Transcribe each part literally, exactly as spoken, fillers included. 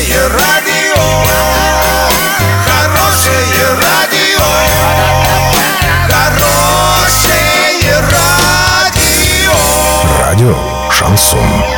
Хорошее радио, хорошее радио, хорошее радио. Радио Шансон.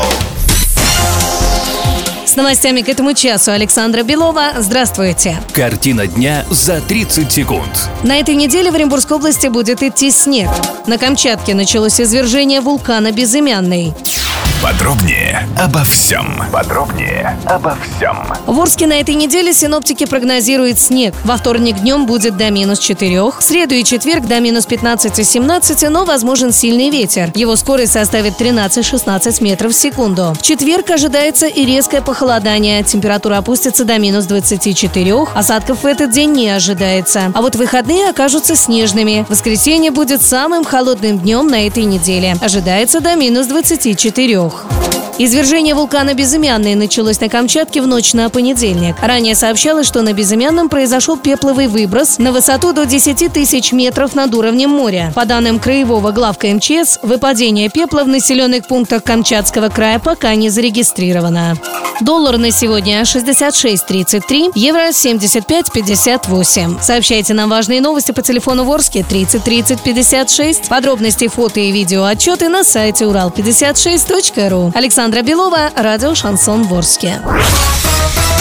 С новостями к этому часу Александра Белова. Здравствуйте. Картина дня за тридцать секунд. На этой неделе в Оренбургской области будет идти снег. На Камчатке началось извержение вулкана Безымянный. Подробнее обо всем. Подробнее обо всем. В Орске на этой неделе синоптики прогнозируют снег. Во вторник днем будет до минус четырех, в среду и четверг до минус пятнадцати-семнадцати, но возможен сильный ветер. Его скорость составит тринадцать-шестнадцать метров в секунду. В четверг ожидается и резкое похолодание. Температура опустится до минус двадцати четырёх, осадков в этот день не ожидается. А вот выходные окажутся снежными. Воскресенье будет самым холодным днем на этой неделе. Ожидается до минус двадцати четырёх. Извержение вулкана Безымянный началось на Камчатке в ночь на понедельник. Ранее сообщалось, что на Безымянном произошел пепловый выброс на высоту до десяти тысяч метров над уровнем моря. По данным краевого главка эм че эс, выпадение пепла в населенных пунктах Камчатского края пока не зарегистрировано. Доллар на сегодня шестьдесят шесть тридцать три, евро семьдесят пять пятьдесят восемь. Сообщайте нам важные новости по телефону в Орске тридцать тридцать пятьдесят шесть. Подробности, фото и видео отчеты на сайте урал пятьдесят шесть точка ру. Александра Белова, радио Шансон в Орске.